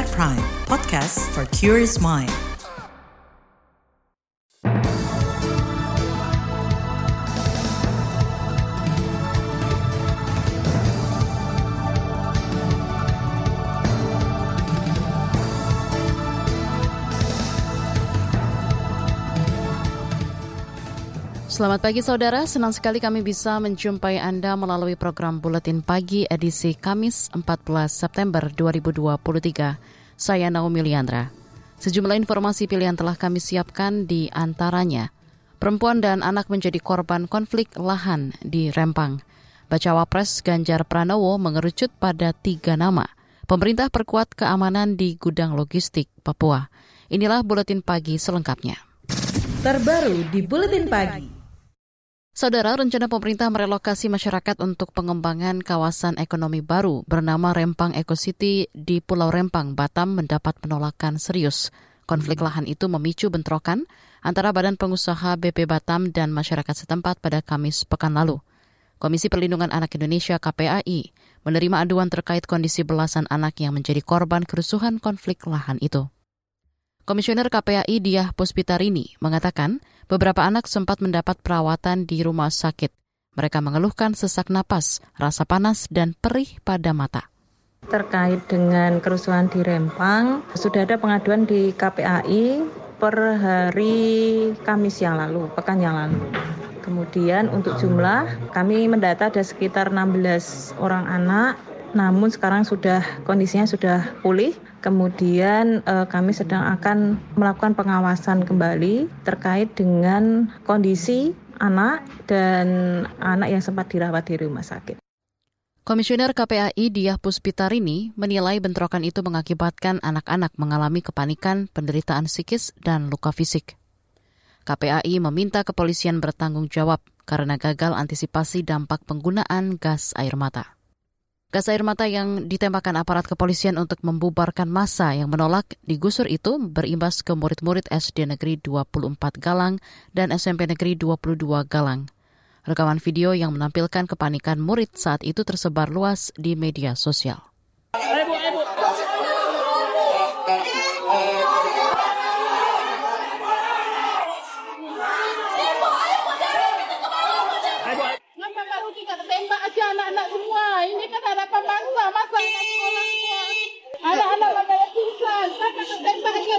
KBR Prime, podcast for curious mind. Selamat pagi saudara, senang sekali kami bisa menjumpai Anda melalui program Buletin Pagi edisi Kamis 14 September 2023. Saya Naomi Liandra. Sejumlah informasi pilihan telah kami siapkan, di antaranya perempuan dan anak menjadi korban konflik lahan di Rempang. Bacawa Pres Ganjar Pranowo mengerucut pada 3 nama. Pemerintah perkuat keamanan di gudang logistik Papua. Inilah Buletin Pagi selengkapnya. Terbaru di Buletin Pagi. Saudara, rencana pemerintah merelokasi masyarakat untuk pengembangan kawasan ekonomi baru bernama Rempang Eco City di Pulau Rempang, Batam mendapat penolakan serius. Konflik lahan itu memicu bentrokan antara Badan Pengusaha BP Batam dan masyarakat setempat pada Kamis pekan lalu. Komisi Perlindungan Anak Indonesia KPAI menerima aduan terkait kondisi belasan anak yang menjadi korban kerusuhan konflik lahan itu. Komisioner KPAI Diah Puspitarini mengatakan beberapa anak sempat mendapat perawatan di rumah sakit. Mereka mengeluhkan sesak napas, rasa panas, dan perih pada mata. Terkait dengan kerusuhan di Rempang, sudah ada pengaduan di KPAI per hari Kamis yang lalu, pekan yang lalu. Kemudian untuk jumlah, kami mendata ada sekitar 16 orang anak, namun sekarang kondisinya sudah pulih. Kemudian kami sedang akan melakukan pengawasan kembali terkait dengan kondisi anak dan anak yang sempat dirawat di rumah sakit. Komisioner KPAI Diah Puspitarini menilai bentrokan itu mengakibatkan anak-anak mengalami kepanikan, penderitaan psikis, dan luka fisik. KPAI meminta kepolisian bertanggung jawab karena gagal antisipasi dampak penggunaan gas air mata. Gas air mata yang ditembakkan aparat kepolisian untuk membubarkan massa yang menolak digusur itu berimbas ke murid-murid SD Negeri 24 Galang dan SMP Negeri 22 Galang. Rekaman video yang menampilkan kepanikan murid saat itu tersebar luas di media sosial. Tembak aja anak-anak semua. Ini kan harapan bangsa, masa anak sekolah semua. Anak-anak pada pingsan, kan tembak aja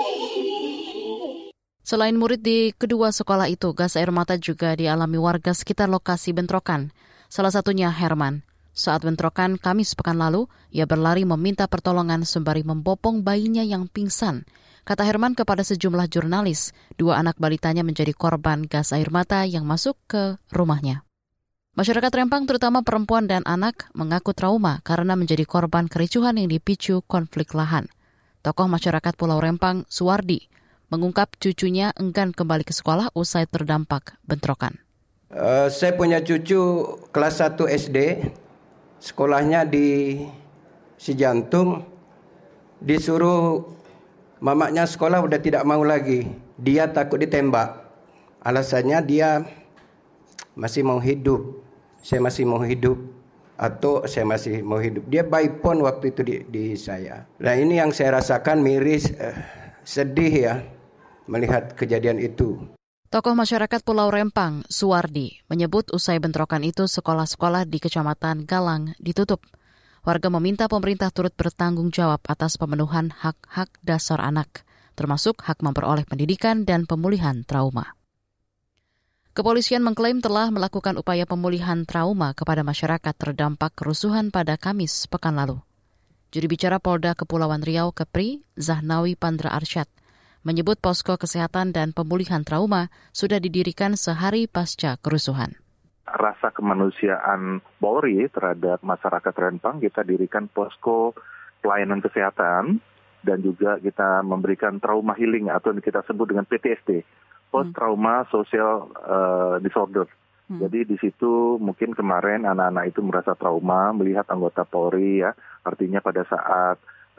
Selain murid di kedua sekolah itu, gas air mata juga dialami warga sekitar lokasi bentrokan. Salah satunya Herman. Saat bentrokan Kamis pekan lalu, ia berlari meminta pertolongan sembari membopong bayinya yang pingsan. Kata Herman kepada sejumlah jurnalis, 2 anak balitanya menjadi korban gas air mata yang masuk ke rumahnya. Masyarakat Rempang, terutama perempuan dan anak, mengaku trauma karena menjadi korban kericuhan yang dipicu konflik lahan. Tokoh masyarakat Pulau Rempang, Suwardi, mengungkap cucunya enggan kembali ke sekolah usai terdampak bentrokan. Saya punya cucu kelas 1 SD, sekolahnya di Cijantung, disuruh mamaknya sekolah udah tidak mau lagi. Dia takut ditembak. Alasannya dia masih mau hidup. Saya masih mau hidup. Atau saya masih mau hidup. Dia by phone waktu itu di saya. Nah ini yang saya rasakan miris, sedih ya melihat kejadian itu. Tokoh masyarakat Pulau Rempang, Suwardi, menyebut usai bentrokan itu sekolah-sekolah di Kecamatan Galang ditutup. Warga meminta pemerintah turut bertanggung jawab atas pemenuhan hak-hak dasar anak, termasuk hak memperoleh pendidikan dan pemulihan trauma. Kepolisian mengklaim telah melakukan upaya pemulihan trauma kepada masyarakat terdampak kerusuhan pada Kamis pekan lalu. Juru bicara Polda Kepulauan Riau Kepri, Zahnawi Pandra Arsyad, menyebut posko kesehatan dan pemulihan trauma sudah didirikan sehari pasca kerusuhan. Rasa kemanusiaan Polri terhadap masyarakat Rempang, kita dirikan posko pelayanan kesehatan dan juga kita memberikan trauma healing atau yang kita sebut dengan PTSD. Post trauma social disorder. Jadi di situ mungkin kemarin anak-anak itu merasa trauma melihat anggota Polri ya, artinya pada saat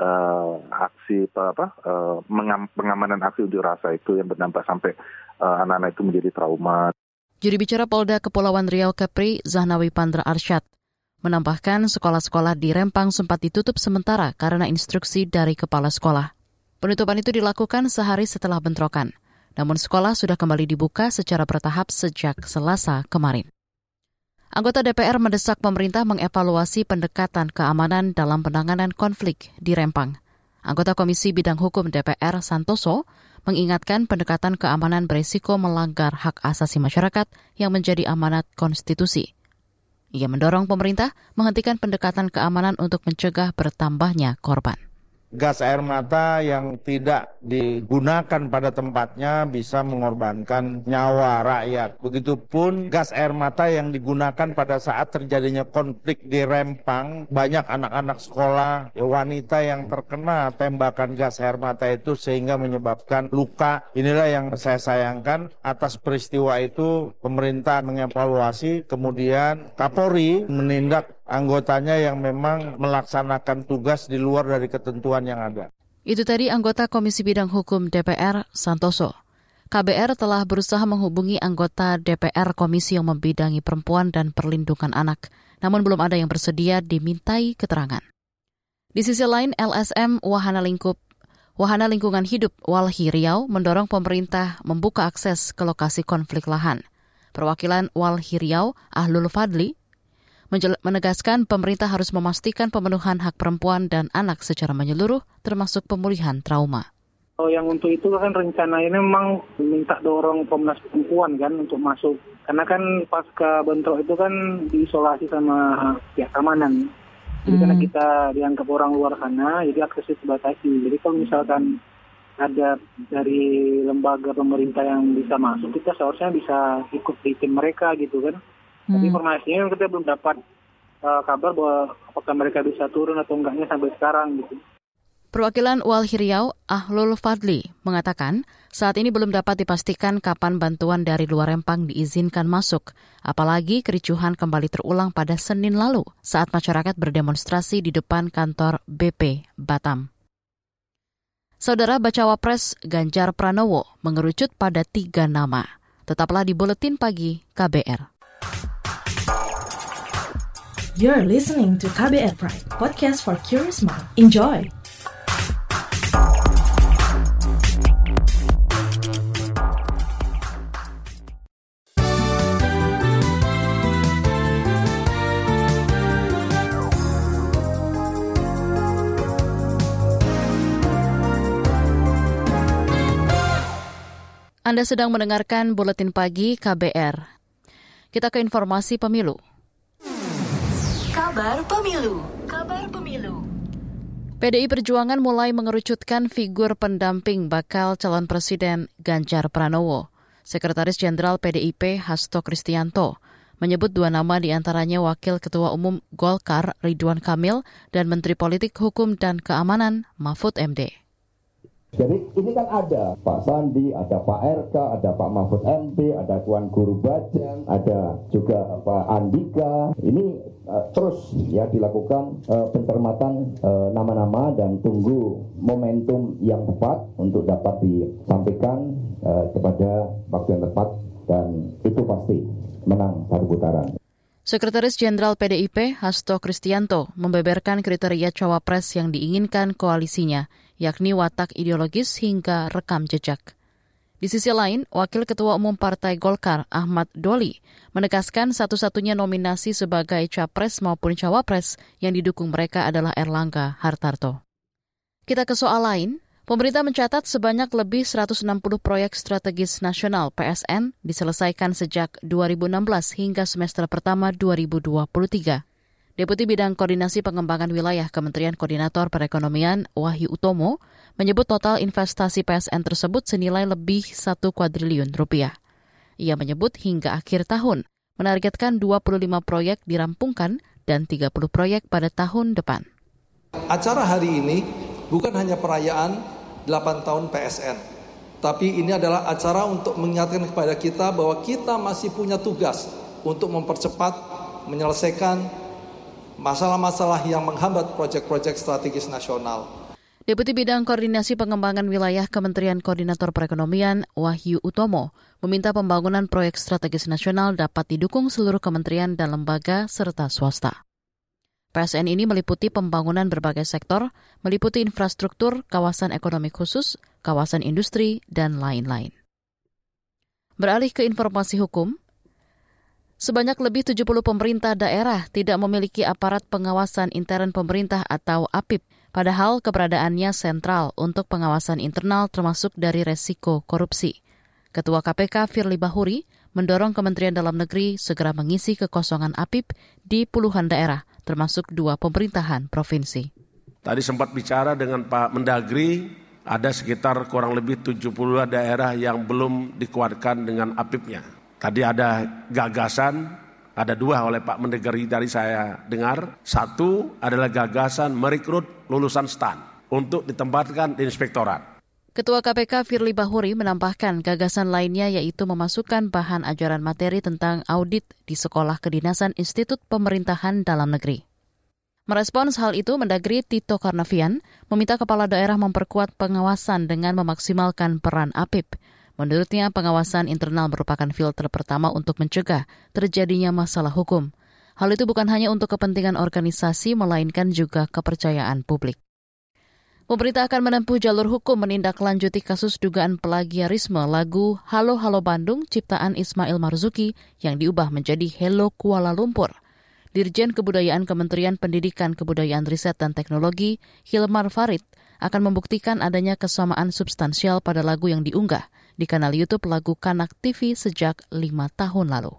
aksi pengamanan aksi unjuk rasa itu yang berdampak sampai anak-anak itu menjadi trauma. Juru bicara Polda Kepulauan Riau Kepri, Zahnawi Pandra Arsyad, Menambahkan sekolah-sekolah di Rempang sempat ditutup sementara karena instruksi dari kepala sekolah. Penutupan itu dilakukan sehari setelah bentrokan. Namun sekolah sudah kembali dibuka secara bertahap sejak Selasa kemarin. Anggota DPR mendesak pemerintah mengevaluasi pendekatan keamanan dalam penanganan konflik di Rempang. Anggota Komisi Bidang Hukum DPR Santoso mengingatkan pendekatan keamanan berisiko melanggar hak asasi masyarakat yang menjadi amanat konstitusi. Ia mendorong pemerintah menghentikan pendekatan keamanan untuk mencegah bertambahnya korban. Gas air mata yang tidak digunakan pada tempatnya bisa mengorbankan nyawa rakyat. Begitupun gas air mata yang digunakan pada saat terjadinya konflik di Rempang. Banyak anak-anak sekolah, wanita yang terkena tembakan gas air mata itu sehingga menyebabkan luka. Inilah yang saya sayangkan. Atas peristiwa itu pemerintah mengevaluasi, kemudian Kapolri menindak anggotanya yang memang melaksanakan tugas di luar dari ketentuan yang ada. Itu tadi anggota Komisi Bidang Hukum DPR Santoso. KBR telah berusaha menghubungi anggota DPR Komisi yang membidangi perempuan dan perlindungan anak, namun belum ada yang bersedia dimintai keterangan. Di sisi lain, LSM Wahana Lingkungan Hidup Walhi Riau mendorong pemerintah membuka akses ke lokasi konflik lahan. Perwakilan Walhi Riau, Ahlul Fadli, menegaskan pemerintah harus memastikan pemenuhan hak perempuan dan anak secara menyeluruh, termasuk pemulihan trauma. Yang untuk itu kan rencana ini memang minta dorong Komnas Perempuan kan untuk masuk. Karena kan pasca bentrok itu kan diisolasi sama pihak keamanan. Jadi karena kita dianggap orang luar sana, jadi akses itu dibatasi. Jadi kalau misalkan ada dari lembaga pemerintah yang bisa masuk, kita seharusnya bisa ikut di tim mereka gitu kan. Tapi informasinya kita belum dapat kabar bahwa apakah mereka bisa turun atau enggaknya sampai sekarang gitu. Perwakilan Walhi Riau, Ahlul Fadli, mengatakan saat ini belum dapat dipastikan kapan bantuan dari luar Rempang diizinkan masuk. Apalagi kericuhan kembali terulang pada Senin lalu saat masyarakat berdemonstrasi di depan kantor BP Batam. Saudara, Bacawa Pres Ganjar Pranowo mengerucut pada 3 nama. Tetaplah di Buletin Pagi KBR. You're listening to KBR Pride, podcast for curious mind. Enjoy! Anda sedang mendengarkan Buletin Pagi KBR. Kita ke informasi pemilu. Kabar Pemilu. PDI Perjuangan mulai mengerucutkan figur pendamping bakal calon presiden Ganjar Pranowo. Sekretaris Jenderal PDIP Hasto Kristianto menyebut 2 nama diantaranya Wakil Ketua Umum Golkar Ridwan Kamil dan Menteri Politik Hukum dan Keamanan Mahfud MD. Jadi ini kan ada Pak Sandi, ada Pak RK, ada Pak Mahfud MD, ada Tuan Guru Bajang, ada juga Pak Andika. Ini terus ya dilakukan pencermatan nama-nama dan tunggu momentum yang tepat untuk dapat disampaikan kepada waktu yang tepat, dan itu pasti menang satu putaran. Sekretaris Jenderal PDIP Hasto Kristianto membeberkan kriteria cawapres yang diinginkan koalisinya, yakni watak ideologis hingga rekam jejak. Di sisi lain, Wakil Ketua Umum Partai Golkar Ahmad Doli menegaskan satu-satunya nominasi sebagai capres maupun cawapres yang didukung mereka adalah Erlangga Hartarto. Kita ke soal lain. Pemerintah mencatat sebanyak lebih 160 proyek strategis nasional PSN diselesaikan sejak 2016 hingga semester pertama 2023. Deputi Bidang Koordinasi Pengembangan Wilayah Kementerian Koordinator Perekonomian Wahyu Utomo menyebut total investasi PSN tersebut senilai lebih 1 kuadriliun rupiah. Ia menyebut hingga akhir tahun menargetkan 25 proyek dirampungkan dan 30 proyek pada tahun depan. Acara hari ini bukan hanya perayaan 8 tahun PSN, tapi ini adalah acara untuk mengingatkan kepada kita bahwa kita masih punya tugas untuk mempercepat, menyelesaikan masalah-masalah yang menghambat proyek-proyek strategis nasional. Deputi Bidang Koordinasi Pengembangan Wilayah Kementerian Koordinator Perekonomian Wahyu Utomo meminta pembangunan proyek strategis nasional dapat didukung seluruh kementerian dan lembaga serta swasta. PSN ini meliputi pembangunan berbagai sektor, meliputi infrastruktur, kawasan ekonomi khusus, kawasan industri, dan lain-lain. Beralih ke informasi hukum, sebanyak lebih 70 pemerintah daerah tidak memiliki aparat pengawasan intern pemerintah atau APIP, padahal keberadaannya sentral untuk pengawasan internal termasuk dari resiko korupsi. Ketua KPK Firly Bahuri mendorong Kementerian Dalam Negeri segera mengisi kekosongan APIP di puluhan daerah, termasuk 2 pemerintahan provinsi. Tadi sempat bicara dengan Pak Mendagri, ada sekitar kurang lebih 70 daerah yang belum dikuatkan dengan APIP-nya. Tadi ada gagasan, ada 2 oleh Pak Mendagri dari saya dengar. 1 adalah gagasan merekrut lulusan STAN untuk ditempatkan di inspektorat. Ketua KPK Firly Bahuri menambahkan gagasan lainnya yaitu memasukkan bahan ajaran materi tentang audit di Sekolah Kedinasan Institut Pemerintahan Dalam Negeri. Merespons hal itu, Mendagri Tito Karnavian meminta kepala daerah memperkuat pengawasan dengan memaksimalkan peran APIP. Menurutnya, pengawasan internal merupakan filter pertama untuk mencegah terjadinya masalah hukum. Hal itu bukan hanya untuk kepentingan organisasi, melainkan juga kepercayaan publik. Pemerintah akan menempuh jalur hukum menindaklanjuti kasus dugaan plagiarisme lagu Halo Halo Bandung ciptaan Ismail Marzuki yang diubah menjadi Hello Kuala Lumpur. Dirjen Kebudayaan Kementerian Pendidikan, Kebudayaan Riset dan Teknologi, Hilmar Farid, akan membuktikan adanya kesamaan substansial pada lagu yang diunggah di kanal YouTube Lagu Kanak TV sejak 5 tahun lalu.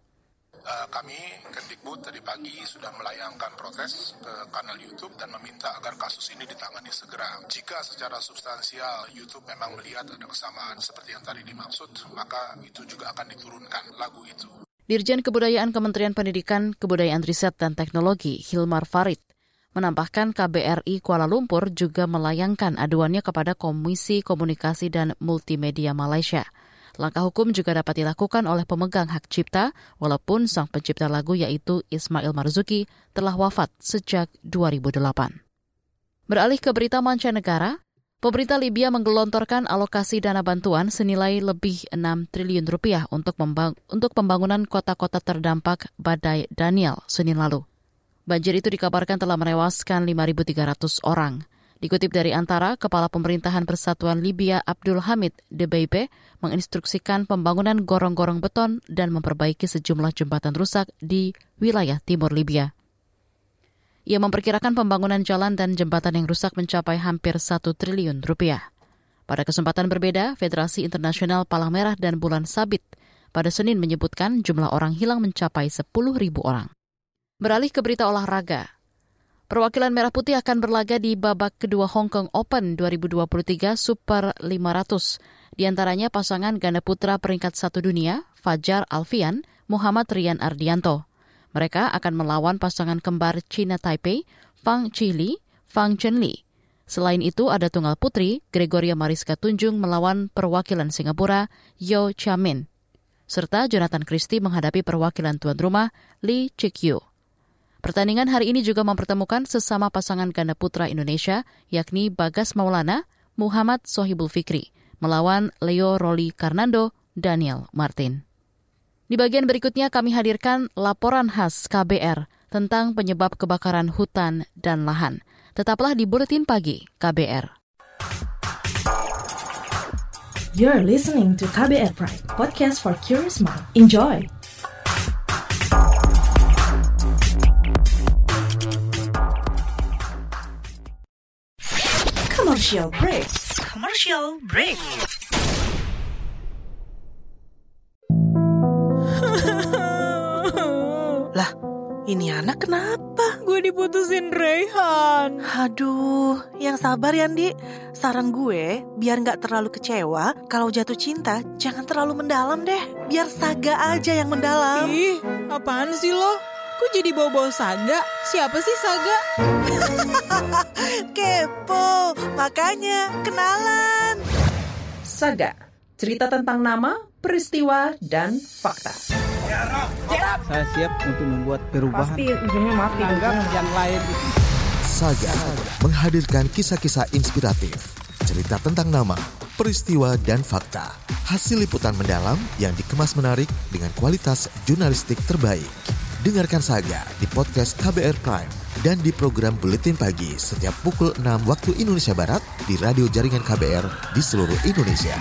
Kami Kemdikbud tadi pagi sudah melayangkan protes ke kanal YouTube dan meminta agar kasus ini ditangani segera. Jika secara substansial YouTube memang melihat ada kesamaan seperti yang tadi dimaksud, maka itu juga akan diturunkan lagu itu. Dirjen Kebudayaan Kementerian Pendidikan, Kebudayaan Riset dan Teknologi, Hilmar Farid, menambahkan KBRI Kuala Lumpur juga melayangkan aduannya kepada Komisi Komunikasi dan Multimedia Malaysia. Langkah hukum juga dapat dilakukan oleh pemegang hak cipta, walaupun sang pencipta lagu yaitu Ismail Marzuki telah wafat sejak 2008. Beralih ke berita mancanegara, pemerintah Libya menggelontorkan alokasi dana bantuan senilai lebih 6 triliun rupiah untuk pembangunan kota-kota terdampak badai Daniel Senin lalu. Banjir itu dikabarkan telah menewaskan 5.300 orang. Dikutip dari Antara, Kepala Pemerintahan Persatuan Libya Abdul Hamid Dbeibeh menginstruksikan pembangunan gorong-gorong beton dan memperbaiki sejumlah jembatan rusak di wilayah timur Libya. Ia memperkirakan pembangunan jalan dan jembatan yang rusak mencapai hampir 1 triliun rupiah. Pada kesempatan berbeda, Federasi Internasional Palang Merah dan Bulan Sabit pada Senin menyebutkan jumlah orang hilang mencapai 10.000 orang. Beralih ke berita olahraga. Perwakilan Merah Putih akan berlaga di babak kedua Hong Kong Open 2023 Super 500. Di antaranya pasangan ganda putra peringkat 1 dunia, Fajar Alfian, Muhammad Rian Ardianto. Mereka akan melawan pasangan kembar China Taipei, Fang Chili, Fang Chenli. Selain itu, ada tunggal putri, Gregoria Mariska Tunjung melawan perwakilan Singapura, Yeo Chia Min. Serta Jonathan Christie menghadapi perwakilan tuan rumah, Lee Chik-yu. Pertandingan hari ini juga mempertemukan sesama pasangan ganda putra Indonesia, yakni Bagas Maulana, Muhammad Sohibul Fikri, melawan Leo Roli Karnando, Daniel Martin. Di bagian berikutnya kami hadirkan laporan khas KBR tentang penyebab kebakaran hutan dan lahan. Tetaplah di Buletin Pagi KBR. You're listening to KBR Pride, podcast for curious mind. Enjoy! Commercial break. Commercial break. Lah, ini anak kenapa? Gue diputusin Raihan. Aduh, yang sabar ya, Andi. Saran gue, biar gak terlalu kecewa, kalau jatuh cinta, jangan terlalu mendalam deh. Biar Saga aja yang mendalam. Ih, apaan sih lo? Kok jadi bawa-bawa Saga? Siapa sih Saga? Kepo, makanya kenalan. Saga, cerita tentang nama, peristiwa, dan fakta. Saya siap untuk membuat perubahan. Pasti ujungnya mati. Anggap yang lain. Saga menghadirkan kisah-kisah inspiratif, cerita tentang nama, peristiwa, dan fakta. Hasil liputan mendalam yang dikemas menarik dengan kualitas jurnalistik terbaik. Dengarkan Saga di podcast KBR Prime, dan di program Buletin Pagi setiap pukul 6 waktu Indonesia Barat di radio jaringan KBR di seluruh Indonesia.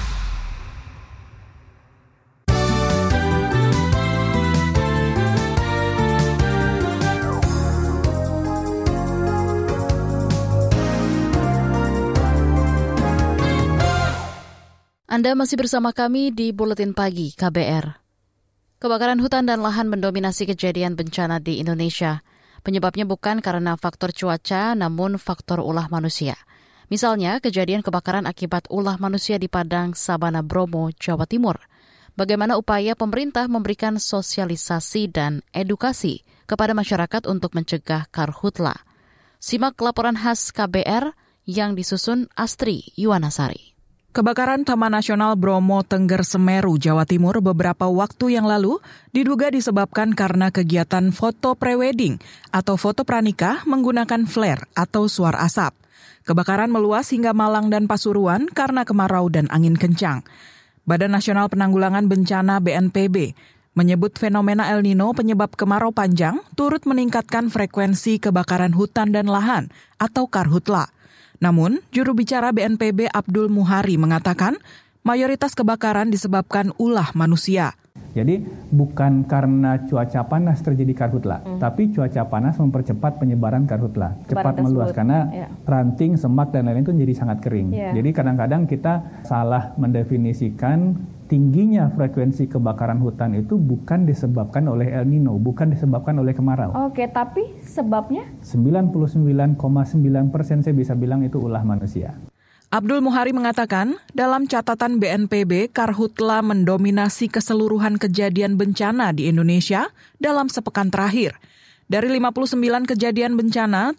Anda masih bersama kami di Buletin Pagi KBR. Kebakaran hutan dan lahan mendominasi kejadian bencana di Indonesia. Penyebabnya bukan karena faktor cuaca, namun faktor ulah manusia. Misalnya, kejadian kebakaran akibat ulah manusia di Padang Sabana Bromo, Jawa Timur. Bagaimana upaya pemerintah memberikan sosialisasi dan edukasi kepada masyarakat untuk mencegah karhutla? Simak laporan khas KBR yang disusun Astri Yuwanasari. Kebakaran Taman Nasional Bromo Tengger Semeru, Jawa Timur beberapa waktu yang lalu diduga disebabkan karena kegiatan foto prewedding atau foto pranikah menggunakan flare atau suar asap. Kebakaran meluas hingga Malang dan Pasuruan karena kemarau dan angin kencang. Badan Nasional Penanggulangan Bencana BNPB menyebut fenomena El Nino penyebab kemarau panjang turut meningkatkan frekuensi kebakaran hutan dan lahan atau karhutla. Namun, juru bicara BNPB Abdul Muhari mengatakan mayoritas kebakaran disebabkan ulah manusia. Jadi bukan karena cuaca panas terjadi karhutla, tapi cuaca panas mempercepat penyebaran karhutla, cepat meluas karena ranting, semak dan lain-lain itu jadi sangat kering. Jadi kadang-kadang kita salah mendefinisikan tingginya frekuensi kebakaran hutan itu bukan disebabkan oleh El Nino, bukan disebabkan oleh kemarau. Oke, tapi sebabnya? 99,9% saya bisa bilang itu ulah manusia. Abdul Muhari mengatakan, dalam catatan BNPB, karhutla mendominasi keseluruhan kejadian bencana di Indonesia dalam sepekan terakhir. Dari 59 kejadian bencana,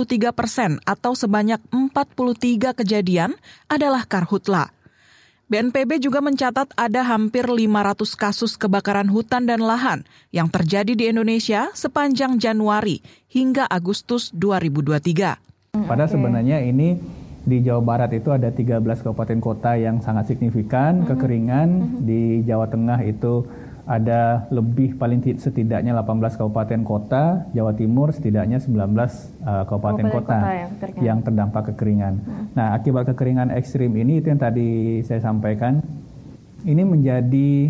73% atau sebanyak 43 kejadian adalah karhutla. BNPB juga mencatat ada hampir 500 kasus kebakaran hutan dan lahan yang terjadi di Indonesia sepanjang Januari hingga Agustus 2023. Padahal sebenarnya ini di Jawa Barat itu ada 13 kabupaten kota yang sangat signifikan kekeringan. Di Jawa Tengah itu ada lebih paling setidaknya 18 kabupaten kota, Jawa Timur setidaknya 19 kabupaten kota yang terdampak kekeringan. Nah, akibat kekeringan ekstrim ini itu yang tadi saya sampaikan, ini menjadi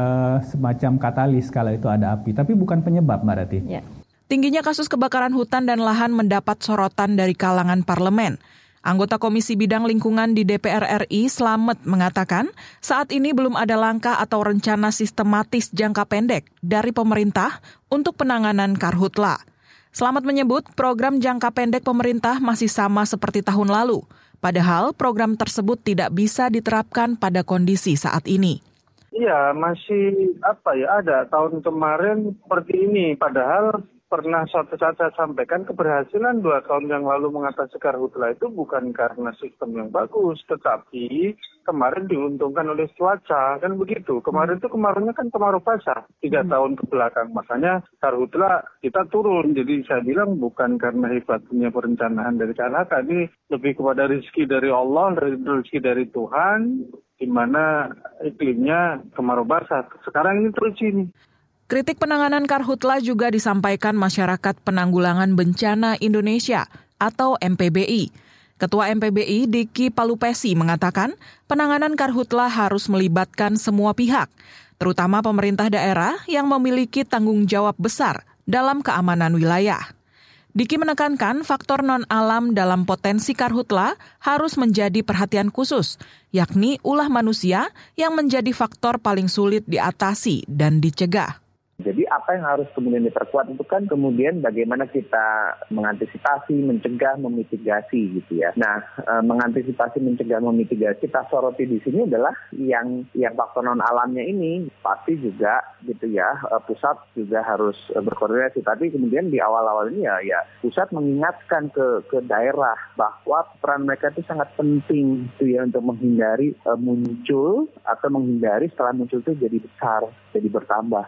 semacam katalis kalau itu ada api, tapi bukan penyebab, Mbak Rati. Ya. Tingginya kasus kebakaran hutan dan lahan mendapat sorotan dari kalangan parlemen. Anggota Komisi Bidang Lingkungan di DPR RI, Slamet, mengatakan saat ini belum ada langkah atau rencana sistematis jangka pendek dari pemerintah untuk penanganan karhutla. Slamet menyebut program jangka pendek pemerintah masih sama seperti tahun lalu, padahal program tersebut tidak bisa diterapkan pada kondisi saat ini. Iya, masih ada tahun kemarin seperti ini, padahal pernah suatu saat saya sampaikan keberhasilan 2 tahun yang lalu mengatasi karhutla itu bukan karena sistem yang bagus, tetapi kemarin diuntungkan oleh cuaca, kan begitu. Kemarin itu kemaraunya kan kemarau basah 3 tahun ke belakang, makanya karhutla kita turun. Jadi saya bilang bukan karena hebatnya perencanaan dari Kanaka, ini lebih kepada rezeki dari Allah, rezeki dari Tuhan, di mana iklimnya kemarau basah. Sekarang ini terus ini. Kritik penanganan karhutla juga disampaikan Masyarakat Penanggulangan Bencana Indonesia atau MPBI. Ketua MPBI Diki Palupesi mengatakan penanganan karhutla harus melibatkan semua pihak, terutama pemerintah daerah yang memiliki tanggung jawab besar dalam keamanan wilayah. Diki menekankan faktor non-alam dalam potensi karhutla harus menjadi perhatian khusus, yakni ulah manusia yang menjadi faktor paling sulit diatasi dan dicegah. Jadi apa yang harus kemudian diperkuat itu kan kemudian bagaimana kita mengantisipasi, mencegah, memitigasi gitu ya. Nah, mengantisipasi, mencegah, memitigasi, kita soroti di sini adalah yang faktor non alamnya ini pasti juga gitu ya. Pusat juga harus berkoordinasi. Tapi kemudian di awal-awal ini ya pusat mengingatkan ke daerah bahwa peran mereka itu sangat penting gitu ya untuk menghindari muncul atau menghindari setelah muncul itu jadi besar, jadi bertambah.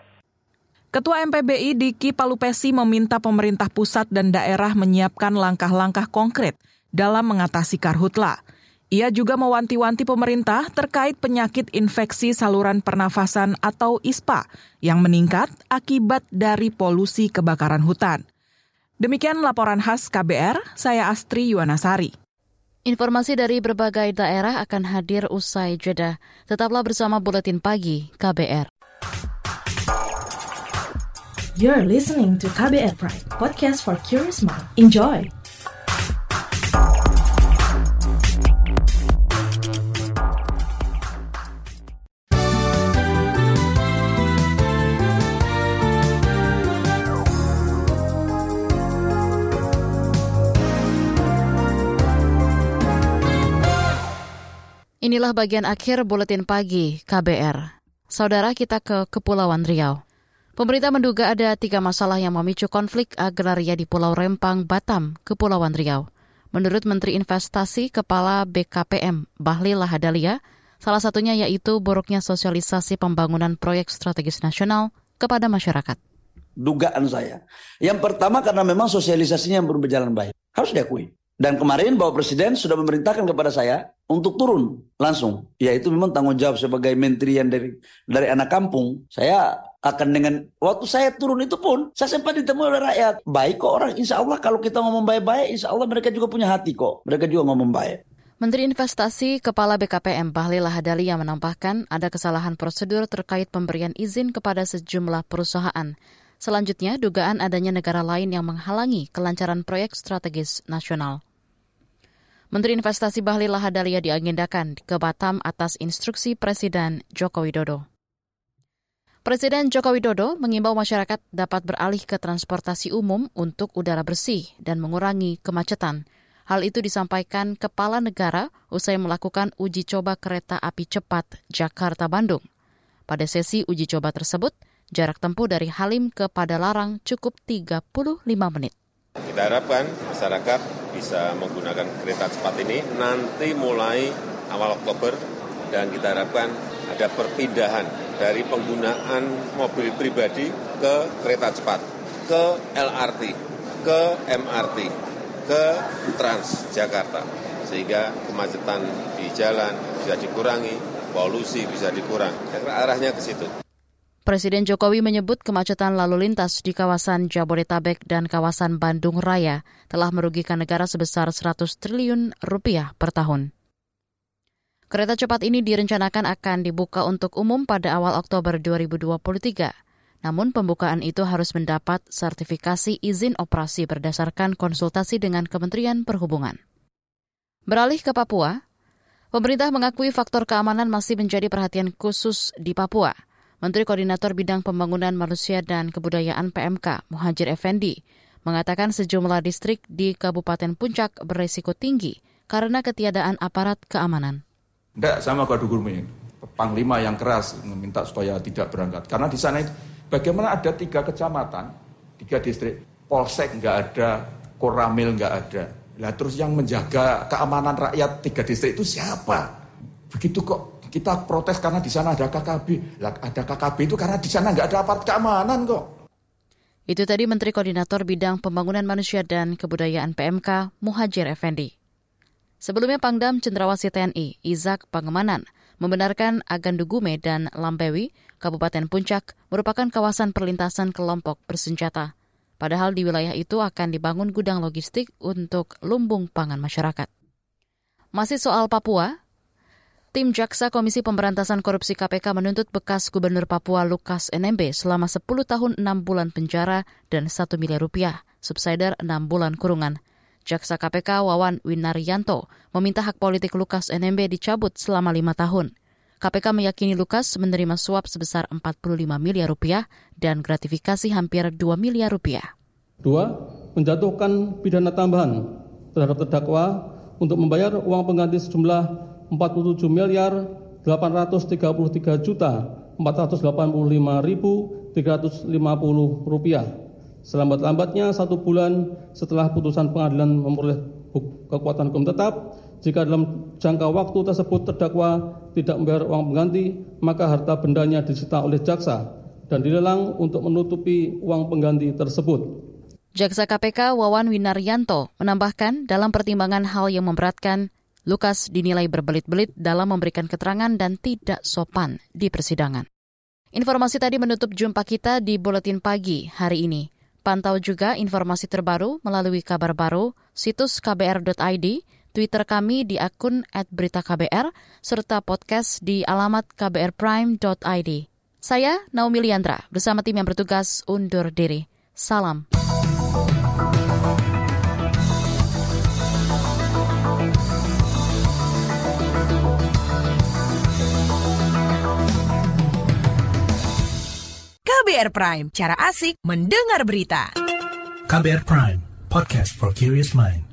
Ketua MPBI Diki Palupesi meminta pemerintah pusat dan daerah menyiapkan langkah-langkah konkret dalam mengatasi karhutla. Ia juga mewanti-wanti pemerintah terkait penyakit infeksi saluran pernafasan atau ISPA yang meningkat akibat dari polusi kebakaran hutan. Demikian laporan khas KBR, saya Astri Yuwanasari. Informasi dari berbagai daerah akan hadir usai jeda. Tetaplah bersama Buletin Pagi KBR. You're listening to KBR Pride, podcast for curious mind. Enjoy! Inilah bagian akhir Buletin Pagi KBR. Saudara, kita ke Kepulauan Riau. Pemerintah menduga ada 3 masalah yang memicu konflik agraria di Pulau Rempang, Batam, Kepulauan Riau. Menurut Menteri Investasi Kepala BKPM, Bahlil Lahadalia, salah satunya yaitu buruknya sosialisasi pembangunan proyek strategis nasional kepada masyarakat. Dugaan saya. Yang pertama karena memang sosialisasinya belum berjalan baik. Harus diakui. Dan kemarin Bapak Presiden sudah memerintahkan kepada saya untuk turun langsung. Yaitu memang tanggung jawab sebagai menteri yang dari anak kampung. Saya akan dengan, waktu saya turun itu pun, saya sempat ditemui oleh rakyat. Baik kok orang, insya Allah kalau kita ngomong baik-baik, insya Allah mereka juga punya hati kok. Mereka juga ngomong baik. Menteri Investasi Kepala BKPM Bahlil Lahadalia menambahkan ada kesalahan prosedur terkait pemberian izin kepada sejumlah perusahaan. Selanjutnya, dugaan adanya negara lain yang menghalangi kelancaran proyek strategis nasional. Menteri Investasi Bahlil Lahadalia diagendakan ke Batam atas instruksi Presiden Joko Widodo. Presiden Joko Widodo mengimbau masyarakat dapat beralih ke transportasi umum untuk udara bersih dan mengurangi kemacetan. Hal itu disampaikan Kepala Negara usai melakukan uji coba kereta api cepat Jakarta-Bandung. Pada sesi uji coba tersebut, jarak tempuh dari Halim ke Padalarang cukup 35 menit. Kita harapkan masyarakat bisa menggunakan kereta cepat ini nanti mulai awal Oktober, dan kita harapkan ada perpindahan dari penggunaan mobil pribadi ke kereta cepat, ke LRT, ke MRT, ke Transjakarta, sehingga kemacetan di jalan bisa dikurangi, polusi bisa dikurangi. Arahnya ke situ. Presiden Jokowi menyebut kemacetan lalu lintas di kawasan Jabodetabek dan kawasan Bandung Raya telah merugikan negara sebesar 100 triliun rupiah per tahun. Kereta cepat ini direncanakan akan dibuka untuk umum pada awal Oktober 2023. Namun pembukaan itu harus mendapat sertifikasi izin operasi berdasarkan konsultasi dengan Kementerian Perhubungan. Beralih ke Papua, pemerintah mengakui faktor keamanan masih menjadi perhatian khusus di Papua. Menteri Koordinator Bidang Pembangunan Manusia dan Kebudayaan PMK, Muhadjir Effendi, mengatakan sejumlah distrik di Kabupaten Puncak beresiko tinggi karena ketiadaan aparat keamanan. Tidak sama Kadu Gurmi, Panglima yang keras meminta supaya tidak berangkat. Karena di sana itu, bagaimana ada 3 kecamatan, 3 distrik, Polsek nggak ada, Koramil nggak ada. Lah terus yang menjaga keamanan rakyat 3 distrik itu siapa? Begitu kok. Kita protes karena di sana ada KKB. Lah, ada KKB itu karena di sana nggak ada aparat keamanan kok. Itu tadi Menteri Koordinator Bidang Pembangunan Manusia dan Kebudayaan PMK, Muhadjir Effendi. Sebelumnya Pangdam Cendrawasih TNI, Izak Pangemanan, membenarkan Agandugume dan Lambewi, Kabupaten Puncak, merupakan kawasan perlintasan kelompok bersenjata. Padahal di wilayah itu akan dibangun gudang logistik untuk lumbung pangan masyarakat. Masih soal Papua, Tim Jaksa Komisi Pemberantasan Korupsi KPK menuntut bekas Gubernur Papua Lukas NMB selama 10 tahun 6 bulan penjara dan 1 miliar rupiah, subsidiar 6 bulan kurungan. Jaksa KPK Wawan Winaryanto meminta hak politik Lukas NMB dicabut selama 5 tahun. KPK meyakini Lukas menerima suap sebesar 45 miliar rupiah dan gratifikasi hampir 2 miliar rupiah. 2. Menjatuhkan pidana tambahan terhadap terdakwa untuk membayar uang pengganti sejumlah 47.833.485.350 rupiah. Selambat-lambatnya 1 bulan setelah putusan pengadilan memperoleh kekuatan hukum tetap, jika dalam jangka waktu tersebut terdakwa tidak membayar uang pengganti, maka harta bendanya disita oleh jaksa dan dilelang untuk menutupi uang pengganti tersebut. Jaksa KPK Wawan Winaryanto menambahkan dalam pertimbangan hal yang memberatkan, Lukas dinilai berbelit-belit dalam memberikan keterangan dan tidak sopan di persidangan. Informasi tadi menutup jumpa kita di Buletin Pagi hari ini. Pantau juga informasi terbaru melalui kabar baru, situs kbr.id, Twitter kami di akun @beritaKBR, serta podcast di alamat kbrprime.id. Saya Naomi Liandra, bersama tim yang bertugas undur diri. Salam. KBR Prime, cara asik mendengar berita. KBR Prime, podcast for curious mind.